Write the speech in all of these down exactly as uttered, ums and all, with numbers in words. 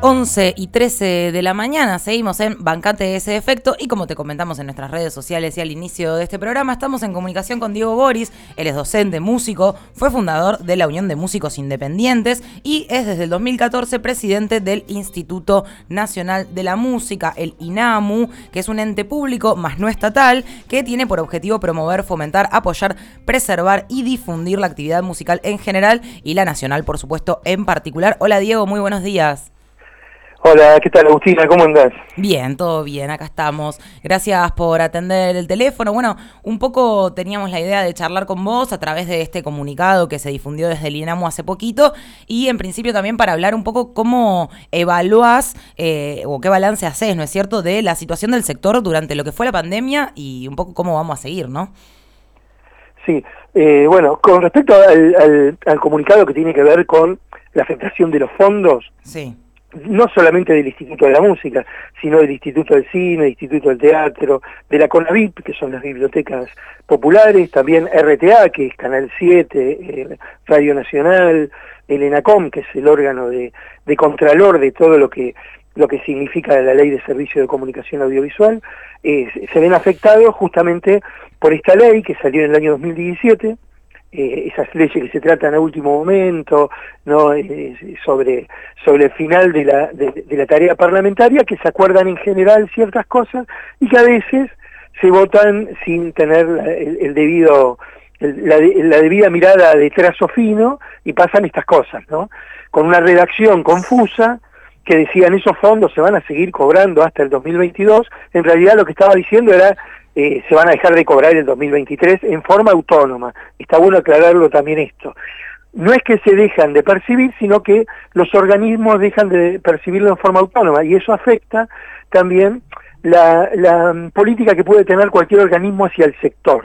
once y trece de la mañana, seguimos en Bancate ese efecto y como te comentamos en nuestras redes sociales y al inicio de este programa, estamos en comunicación con Diego Boris. Él es docente, músico, fue fundador de la Unión de Músicos Independientes y es desde el dos mil catorce presidente del Instituto Nacional de la Música, el INAMU, que es un ente público más no estatal que tiene por objetivo promover, fomentar, apoyar, preservar y difundir la actividad musical en general y la nacional, por supuesto, en particular. Hola Diego, muy buenos días. Hola, ¿qué tal, Agustina? ¿Cómo andás? Bien, todo bien, acá estamos. Gracias por atender el teléfono. Bueno, un poco teníamos la idea de charlar con vos a través de este comunicado que se difundió desde el INAMU hace poquito y en principio también para hablar un poco cómo evaluás eh, o qué balance haces, ¿no es cierto?, de la situación del sector durante lo que fue la pandemia y un poco cómo vamos a seguir, ¿no? Sí, eh, bueno, con respecto al, al, al comunicado que tiene que ver con la afectación de los fondos, sí, no solamente del Instituto de la Música, sino del Instituto del Cine, del Instituto del Teatro, de la CONAVIP, que son las bibliotecas populares, también R T A, que es Canal siete, eh, Radio Nacional, el ENACOM, que es el órgano de, de contralor de todo lo que lo que significa la Ley de Servicio de Comunicación Audiovisual, eh, se ven afectados justamente por esta ley que salió en el año dos mil diecisiete, Eh, esas leyes que se tratan a último momento, no eh, sobre sobre el final de la de, de la tarea parlamentaria, que se acuerdan en general ciertas cosas y que a veces se votan sin tener el, el debido el, la, la debida mirada de trazo fino y pasan estas cosas, ¿no? Con una redacción confusa que decían esos fondos se van a seguir cobrando hasta el dos mil veintidós, en realidad lo que estaba diciendo era Eh, se van a dejar de cobrar el dos mil veintitrés en forma autónoma. Está bueno aclararlo también esto. No es que se dejan de percibir, sino que los organismos dejan de percibirlo en forma autónoma, y eso afecta también la, la política que puede tener cualquier organismo hacia el sector,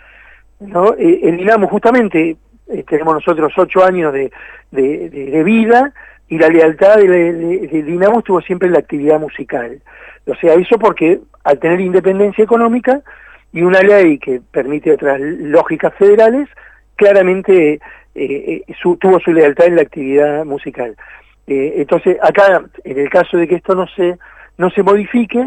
¿no? Eh, el INAMU justamente, eh, tenemos nosotros ocho años de, de, de, de vida, y la lealtad del de, de, de INAMU estuvo siempre en la actividad musical. O sea, eso porque al tener independencia económica y una ley que permite otras lógicas federales, claramente eh, su, tuvo su lealtad en la actividad musical. Eh, entonces, acá, en el caso de que esto no se, no se modifique,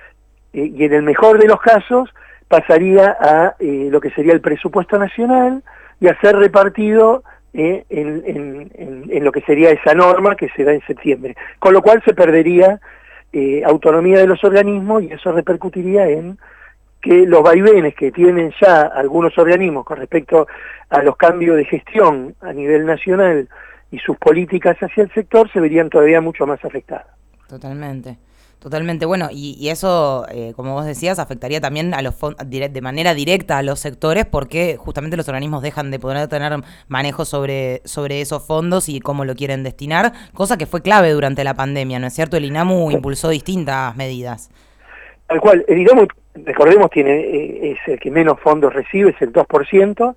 eh, y en el mejor de los casos, pasaría a eh, lo que sería el presupuesto nacional y a ser repartido eh, en, en, en, en lo que sería esa norma que se da en septiembre. Con lo cual se perdería Eh, autonomía de los organismos y eso repercutiría en que los vaivenes que tienen ya algunos organismos con respecto a los cambios de gestión a nivel nacional y sus políticas hacia el sector se verían todavía mucho más afectadas. Totalmente. Totalmente, bueno, y, y eso, eh, como vos decías, afectaría también a los de manera directa a los sectores porque justamente los organismos dejan de poder tener manejo sobre, sobre esos fondos y cómo lo quieren destinar, cosa que fue clave durante la pandemia, ¿no es cierto? El INAMU impulsó distintas medidas. Tal cual, el INAMU, recordemos, tiene eh, es el que menos fondos recibe, es el dos por ciento,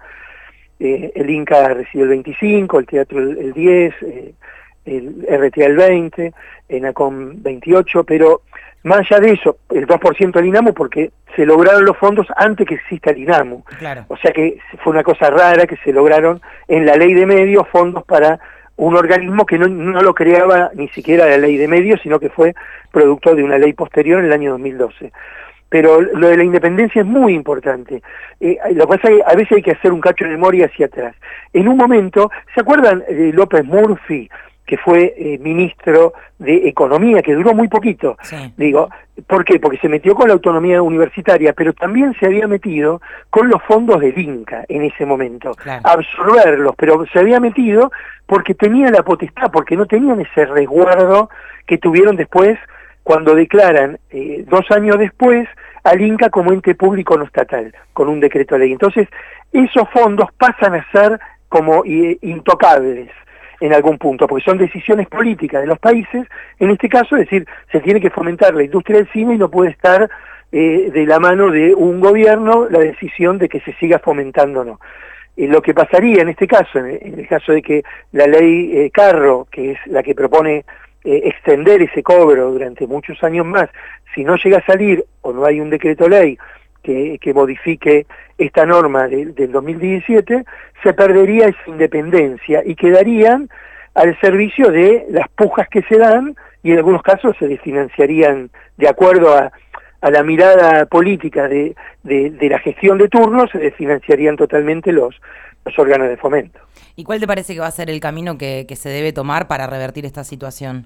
eh, el INCA recibe el veinticinco por ciento, el teatro el, el diez por ciento, eh, el R T A el veinte por ciento, ENACOM veintiocho por ciento, pero más allá de eso, el dos por ciento del INAMU porque se lograron los fondos antes que exista el INAMU. Claro. O sea que fue una cosa rara que se lograron en la ley de medios fondos para un organismo que no, no lo creaba ni siquiera la ley de medios, sino que fue producto de una ley posterior en el año dos mil doce. Pero lo de la independencia es muy importante. Eh, lo que pasa es que a veces hay que hacer un cacho de memoria hacia atrás. En un momento, ¿se acuerdan de López Murphy, que fue eh, ministro de Economía, que duró muy poquito? Sí. Digo, ¿por qué? Porque se metió con la autonomía universitaria, pero también se había metido con los fondos del INCA en ese momento, claro, absorberlos, pero se había metido porque tenía la potestad, porque no tenían ese resguardo que tuvieron después cuando declaran, eh, dos años después, al INCA como ente público no estatal, con un decreto de ley. Entonces, esos fondos pasan a ser como eh, intocables en algún punto, porque son decisiones políticas de los países. En este caso, es decir, se tiene que fomentar la industria del cine y no puede estar eh, de la mano de un gobierno la decisión de que se siga fomentando o no. Eh, lo que pasaría en este caso, en, en el caso de que la ley eh, Carro, que es la que propone eh, extender ese cobro durante muchos años más, si no llega a salir o no hay un decreto ley que, que modifique esta norma de, del dos mil diecisiete, se perdería esa independencia y quedarían al servicio de las pujas que se dan y en algunos casos se desfinanciarían de acuerdo a, a la mirada política de, de, de la gestión de turno, se desfinanciarían totalmente los, los órganos de fomento. ¿Y cuál te parece que va a ser el camino que, que se debe tomar para revertir esta situación?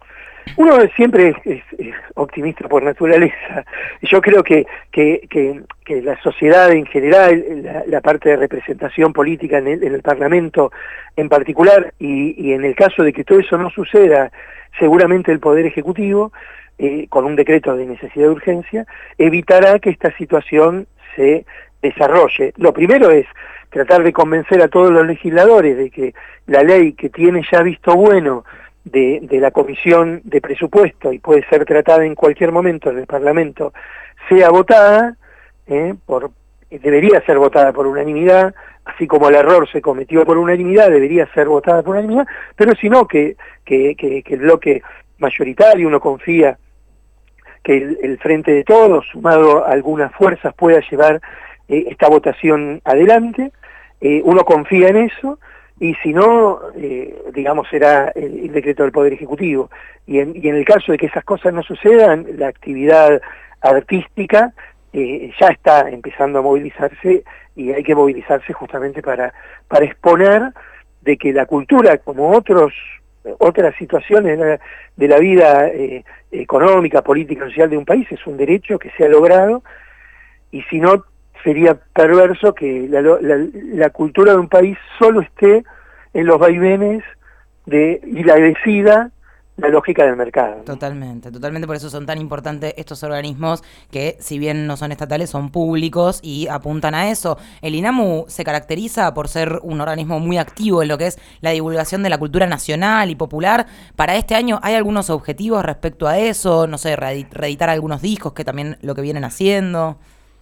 Uno siempre es, es, es optimista por naturaleza. Yo creo que, que, que, que la sociedad en general, la, la parte de representación política en el, en el Parlamento en particular, y, y en el caso de que todo eso no suceda, seguramente el Poder Ejecutivo, eh, con un decreto de necesidad de urgencia, evitará que esta situación se desarrolle. Lo primero es tratar de convencer a todos los legisladores de que la ley que tiene ya visto bueno De, de la Comisión de Presupuesto y puede ser tratada en cualquier momento en el Parlamento, sea votada, eh, por, debería ser votada por unanimidad, así como el error se cometió por unanimidad, debería ser votada por unanimidad, pero si no, que, que, que, que el bloque mayoritario, uno confía que el, el Frente de Todos, sumado a algunas fuerzas, pueda llevar eh, esta votación adelante, eh, uno confía en eso, y si no, eh, digamos, será el, el decreto del Poder Ejecutivo. Y en, y en el caso de que esas cosas no sucedan, la actividad artística eh, ya está empezando a movilizarse, y hay que movilizarse justamente para, para exponer de que la cultura, como otros otras situaciones de la, de la vida eh, económica, política, social de un país, es un derecho que se ha logrado, y si no, sería perverso que la, la, la cultura de un país solo esté en los vaivenes de, y la decida la lógica del mercado, ¿no? Totalmente, totalmente, por eso son tan importantes estos organismos que, si bien no son estatales, son públicos y apuntan a eso. El INAMU se caracteriza por ser un organismo muy activo en lo que es la divulgación de la cultura nacional y popular. Para este año, ¿hay algunos objetivos respecto a eso? No sé, reeditar algunos discos, que también lo que vienen haciendo.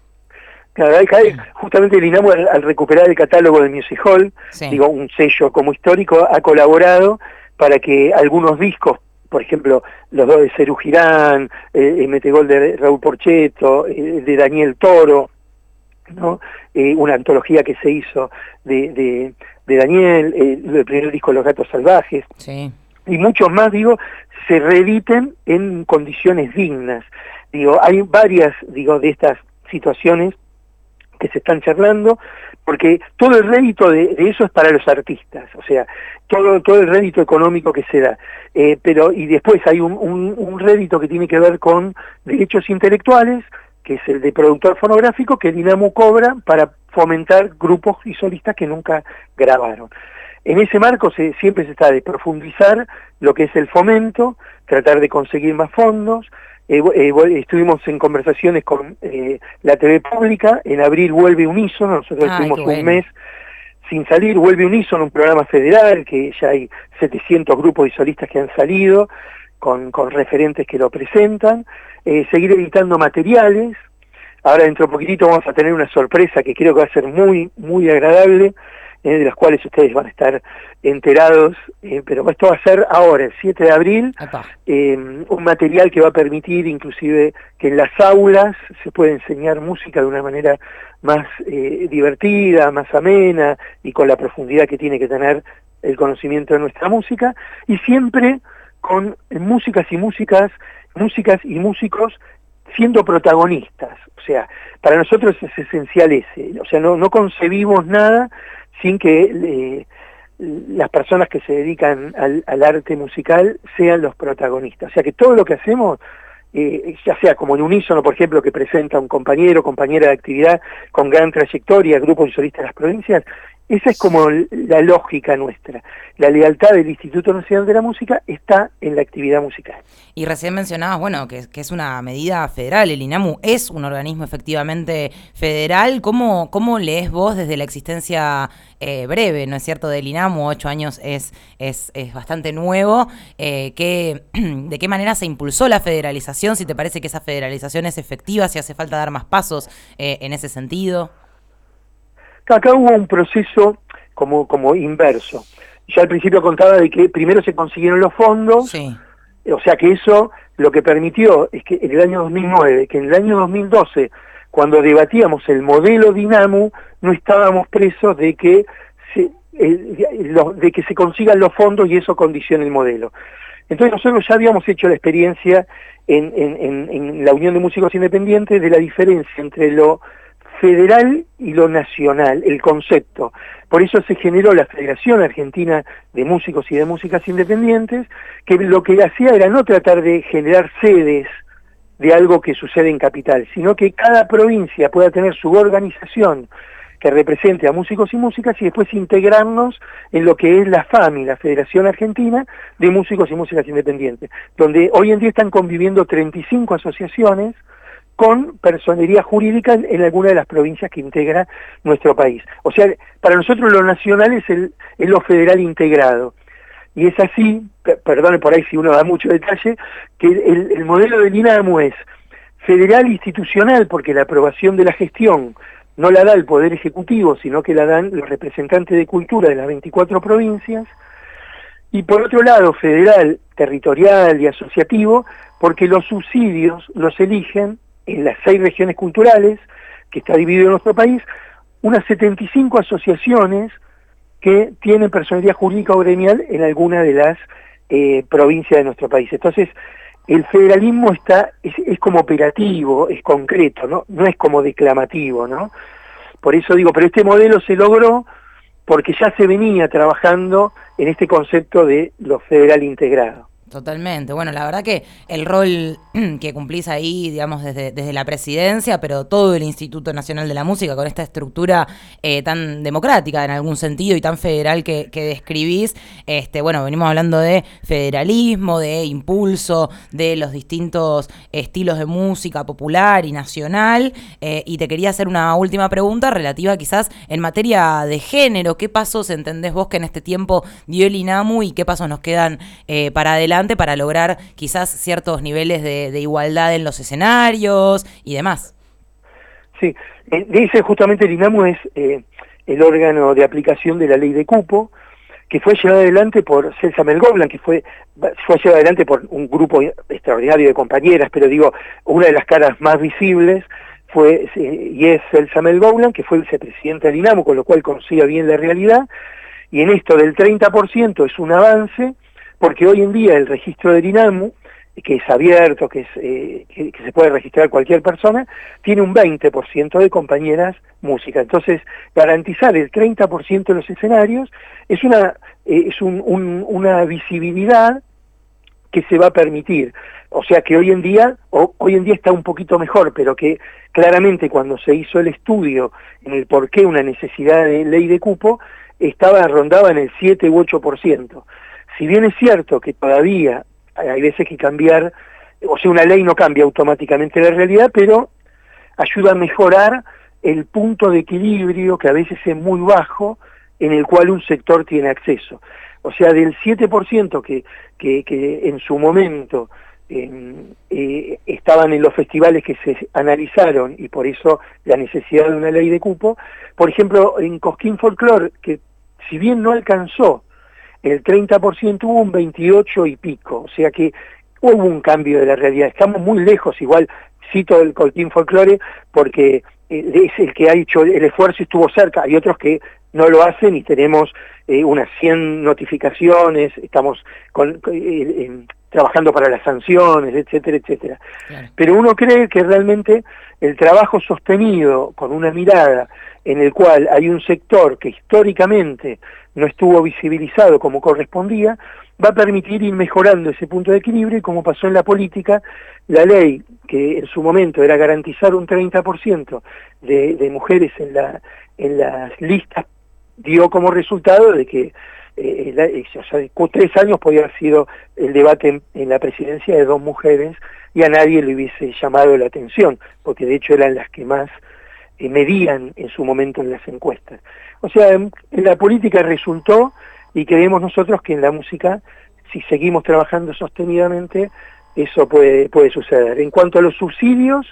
Claro, hay, hay, justamente el INAMU al, al recuperar el catálogo del Music Hall, sí. digo, un sello como histórico, ha colaborado para que algunos discos, por ejemplo, los dos de Cerú Girán, eh, el Metegol de Raúl Porchetto, eh, de Daniel Toro, ¿no? Eh, una antología que se hizo de, de, de Daniel, eh, el primer disco de Los Gatos Salvajes, sí. y muchos más, digo, se reediten en condiciones dignas. Digo, hay varias, digo, de estas situaciones que se están charlando, porque todo el rédito de, de eso es para los artistas, o sea, todo todo el rédito económico que se da, eh, pero y después hay un, un, un rédito que tiene que ver con derechos intelectuales, que es el de productor fonográfico, que el INAMU cobra para fomentar grupos y solistas que nunca grabaron. En ese marco se, siempre se está de profundizar lo que es el fomento, tratar de conseguir más fondos. Eh, eh, estuvimos en conversaciones con eh, la T V pública, en abril vuelve Unísono, nosotros Ay, estuvimos bueno. un mes sin salir, vuelve Unísono, un programa federal, que ya hay setecientos grupos y solistas que han salido, con, con referentes que lo presentan, eh, seguir editando materiales. Ahora dentro de poquitito vamos a tener una sorpresa que creo que va a ser muy, muy agradable, eh, de las cuales ustedes van a estar enterados, eh, pero esto va a ser ahora, el siete de abril, eh, un material que va a permitir inclusive que en las aulas se pueda enseñar música de una manera más eh, divertida, más amena, y con la profundidad que tiene que tener el conocimiento de nuestra música, y siempre con músicas y músicas, músicas y músicos siendo protagonistas. O sea, para nosotros es esencial ese, o sea, no, no concebimos nada sin que eh, las personas que se dedican al, al arte musical sean los protagonistas. O sea, que todo lo que hacemos, eh, ya sea como en Unísono, por ejemplo, que presenta un compañero, compañera de actividad con gran trayectoria, grupos y solistas de las provincias, esa es como la lógica nuestra. La lealtad del Instituto Nacional de la Música está en la actividad musical. Y recién mencionabas, bueno, que, que es una medida federal, el INAMU es un organismo efectivamente federal. ¿Cómo, cómo lees vos desde la existencia eh, breve, no es cierto, del INAMU? Ocho años es, es, es bastante nuevo. Eh, ¿qué, ¿De qué manera se impulsó la federalización? Si te parece que esa federalización es efectiva, si hace falta dar más pasos eh, en ese sentido. Acá hubo un proceso como, como inverso. Ya al principio contaba de que primero se consiguieron los fondos, sí. O sea que eso lo que permitió es que en el año dos mil nueve, que en el año dos mil doce, cuando debatíamos el modelo Dinamu, no estábamos presos de que se, eh, de que se consigan los fondos y eso condicione el modelo. Entonces nosotros ya habíamos hecho la experiencia en, en, en, en la Unión de Músicos Independientes de la diferencia entre lo federal y lo nacional, el concepto. Por eso se generó la Federación Argentina de Músicos y de Músicas Independientes, que lo que hacía era no tratar de generar sedes de algo que sucede en capital, sino que cada provincia pueda tener su organización que represente a músicos y músicas y después integrarnos en lo que es la FAMI, la Federación Argentina de Músicos y Músicas Independientes, donde hoy en día están conviviendo treinta y cinco asociaciones con personería jurídica en alguna de las provincias que integra nuestro país. O sea, para nosotros lo nacional es, el, es lo federal integrado. Y es así, perdone por ahí si uno da mucho detalle, que el, el modelo del INAMU es federal institucional, porque la aprobación de la gestión no la da el Poder Ejecutivo, sino que la dan los representantes de cultura de las veinticuatro provincias, y por otro lado, federal, territorial y asociativo, porque los subsidios los eligen en las seis regiones culturales, que está dividido en nuestro país, unas setenta y cinco asociaciones que tienen personalidad jurídica o gremial en alguna de las eh, provincias de nuestro país. Entonces, el federalismo está es, es como operativo, es concreto, ¿no? No es como declamativo, ¿no? Por eso digo, pero este modelo se logró porque ya se venía trabajando en este concepto de lo federal integrado. Totalmente. Bueno, la verdad que el rol que cumplís ahí, digamos, desde, desde la presidencia, pero todo el Instituto Nacional de la Música, con esta estructura eh, tan democrática en algún sentido y tan federal que, que describís, este, bueno, venimos hablando de federalismo, de impulso, de los distintos estilos de música popular y nacional, eh, y te quería hacer una última pregunta relativa quizás en materia de género. ¿Qué pasos entendés vos que en este tiempo dio el INAMU y qué pasos nos quedan eh, para adelante para lograr quizás ciertos niveles de, de igualdad en los escenarios y demás? Sí, eh, dice justamente el INAMU es eh, el órgano de aplicación de la ley de cupo, que fue llevado adelante por Celsa Melgoblan, que fue, fue llevado adelante por un grupo extraordinario de compañeras, pero digo, una de las caras más visibles fue eh, y es Celsa Melgoblan, que fue vicepresidenta del INAMU, con lo cual conocía bien la realidad, y en esto del treinta por ciento es un avance, porque hoy en día el registro del INAMU, que es abierto, que, es, eh, que, que se puede registrar cualquier persona, tiene un veinte por ciento de compañeras música. Entonces, garantizar el treinta por ciento de los escenarios es una, eh, es un, un, una visibilidad que se va a permitir. O sea que hoy en día, o, hoy en día está un poquito mejor, pero que claramente cuando se hizo el estudio en el por qué una necesidad de ley de cupo, estaba rondaba en el siete u ocho por ciento. Si bien es cierto que todavía hay veces que cambiar, o sea, una ley no cambia automáticamente la realidad, pero ayuda a mejorar el punto de equilibrio que a veces es muy bajo en el cual un sector tiene acceso. O sea, del siete por ciento que, que, que en su momento eh, eh, estaban en los festivales que se analizaron y por eso la necesidad de una ley de cupo, por ejemplo, en Cosquín Folklore, que si bien no alcanzó el treinta por ciento, hubo un veintiocho y pico, o sea que hubo un cambio de la realidad. Estamos muy lejos, igual cito el Cosquín Folklore porque es el que ha hecho el esfuerzo y estuvo cerca. Hay otros que no lo hacen y tenemos eh, unas cien notificaciones, estamos con, eh, eh, trabajando para las sanciones, etcétera, etcétera. Claro. Pero uno cree que realmente el trabajo sostenido con una mirada en el cual hay un sector que históricamente no estuvo visibilizado como correspondía, va a permitir ir mejorando ese punto de equilibrio, y como pasó en la política, la ley que en su momento era garantizar un treinta por ciento de, de mujeres en, la, en las listas, dio como resultado de que eh, la, o sea, tres años podía haber sido el debate en, en la presidencia de dos mujeres y a nadie le hubiese llamado la atención, porque de hecho eran las que más eh, medían en su momento en las encuestas. O sea, en, en la política resultó, y creemos nosotros que en la música, si seguimos trabajando sostenidamente, eso puede, puede suceder. En cuanto a los subsidios,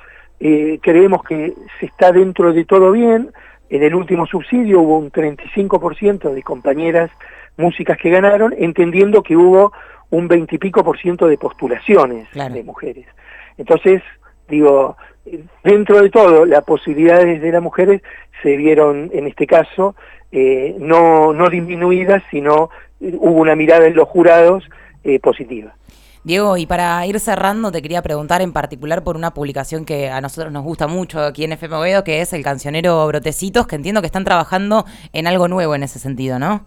eh, creemos que se está dentro de todo bien. En el último subsidio hubo un treinta y cinco por ciento de compañeras músicas que ganaron, entendiendo que hubo un veinte y pico por ciento de postulaciones, claro, de mujeres. Entonces, digo, dentro de todo, las posibilidades de las mujeres se vieron, en este caso, eh, no, no disminuidas, sino hubo una mirada en los jurados eh, positiva. Diego, y para ir cerrando, te quería preguntar en particular por una publicación que a nosotros nos gusta mucho aquí en F M Oviedo, que es el cancionero Brotecitos, que entiendo que están trabajando en algo nuevo en ese sentido, ¿no?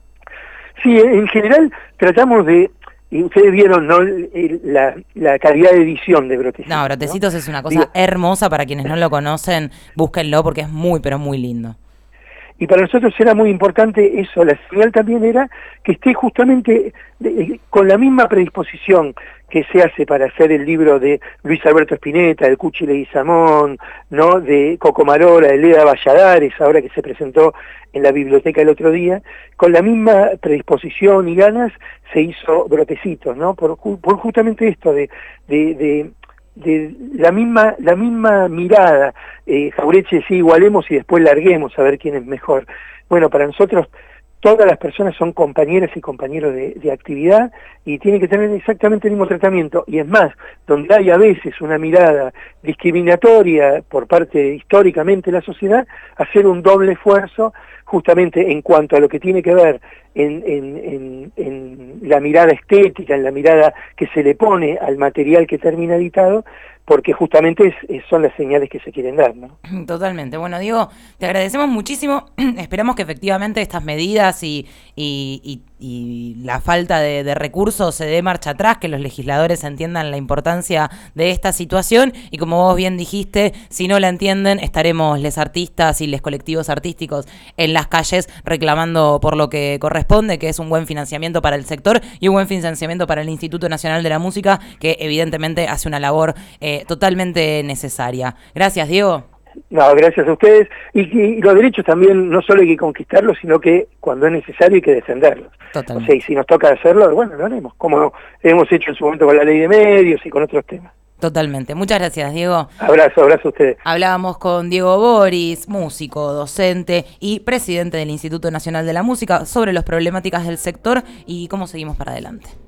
Sí, en general tratamos de, y ustedes vieron, ¿no?, la, la calidad de edición de Brotecitos. No, Brotecitos, ¿no? Es una cosa Digo, hermosa, para quienes no lo conocen, búsquenlo porque es muy, pero muy lindo. Y para nosotros era muy importante eso, la señal también era que esté justamente de, con la misma predisposición que se hace para hacer el libro de Luis Alberto Spinetta, de Cuchi Leguizamón, ¿no?, de Coco Marola, de Leda Valladares, ahora que se presentó en la biblioteca el otro día, con la misma predisposición y ganas se hizo Brotecitos, ¿no? Por, por justamente esto de... de, de de la misma la misma mirada. eh, Jauretche decía igualemos y después larguemos a ver quién es mejor. Bueno, para nosotros todas las personas son compañeras y compañeros de, de actividad y tienen que tener exactamente el mismo tratamiento, y es más, donde hay a veces una mirada discriminatoria por parte históricamente de la sociedad, hacer un doble esfuerzo justamente en cuanto a lo que tiene que ver en, en, en, en la mirada estética, en la mirada que se le pone al material que termina editado, porque justamente es, es, son las señales que se quieren dar, ¿no? Totalmente. Bueno, Diego, te agradecemos muchísimo. Esperamos que efectivamente estas medidas y, y, y, y la falta de, de recursos se dé marcha atrás, que los legisladores entiendan la importancia de esta situación, y como vos bien dijiste, si no la entienden, estaremos les artistas y les colectivos artísticos en las calles reclamando por lo que corresponde, que es un buen financiamiento para el sector y un buen financiamiento para el Instituto Nacional de la Música, que evidentemente hace una labor eh, totalmente necesaria. Gracias, Diego. No, gracias a ustedes. Y, y los derechos también no solo hay que conquistarlos, sino que cuando es necesario hay que defenderlos. Totalmente. O sea, y si nos toca hacerlo, bueno, lo haremos, como hemos hecho en su momento con la ley de medios y con otros temas. Totalmente. Muchas gracias, Diego. Abrazo, abrazo a ustedes. Hablábamos con Diego Boris, músico, docente y presidente del Instituto Nacional de la Música, sobre las problemáticas del sector y cómo seguimos para adelante.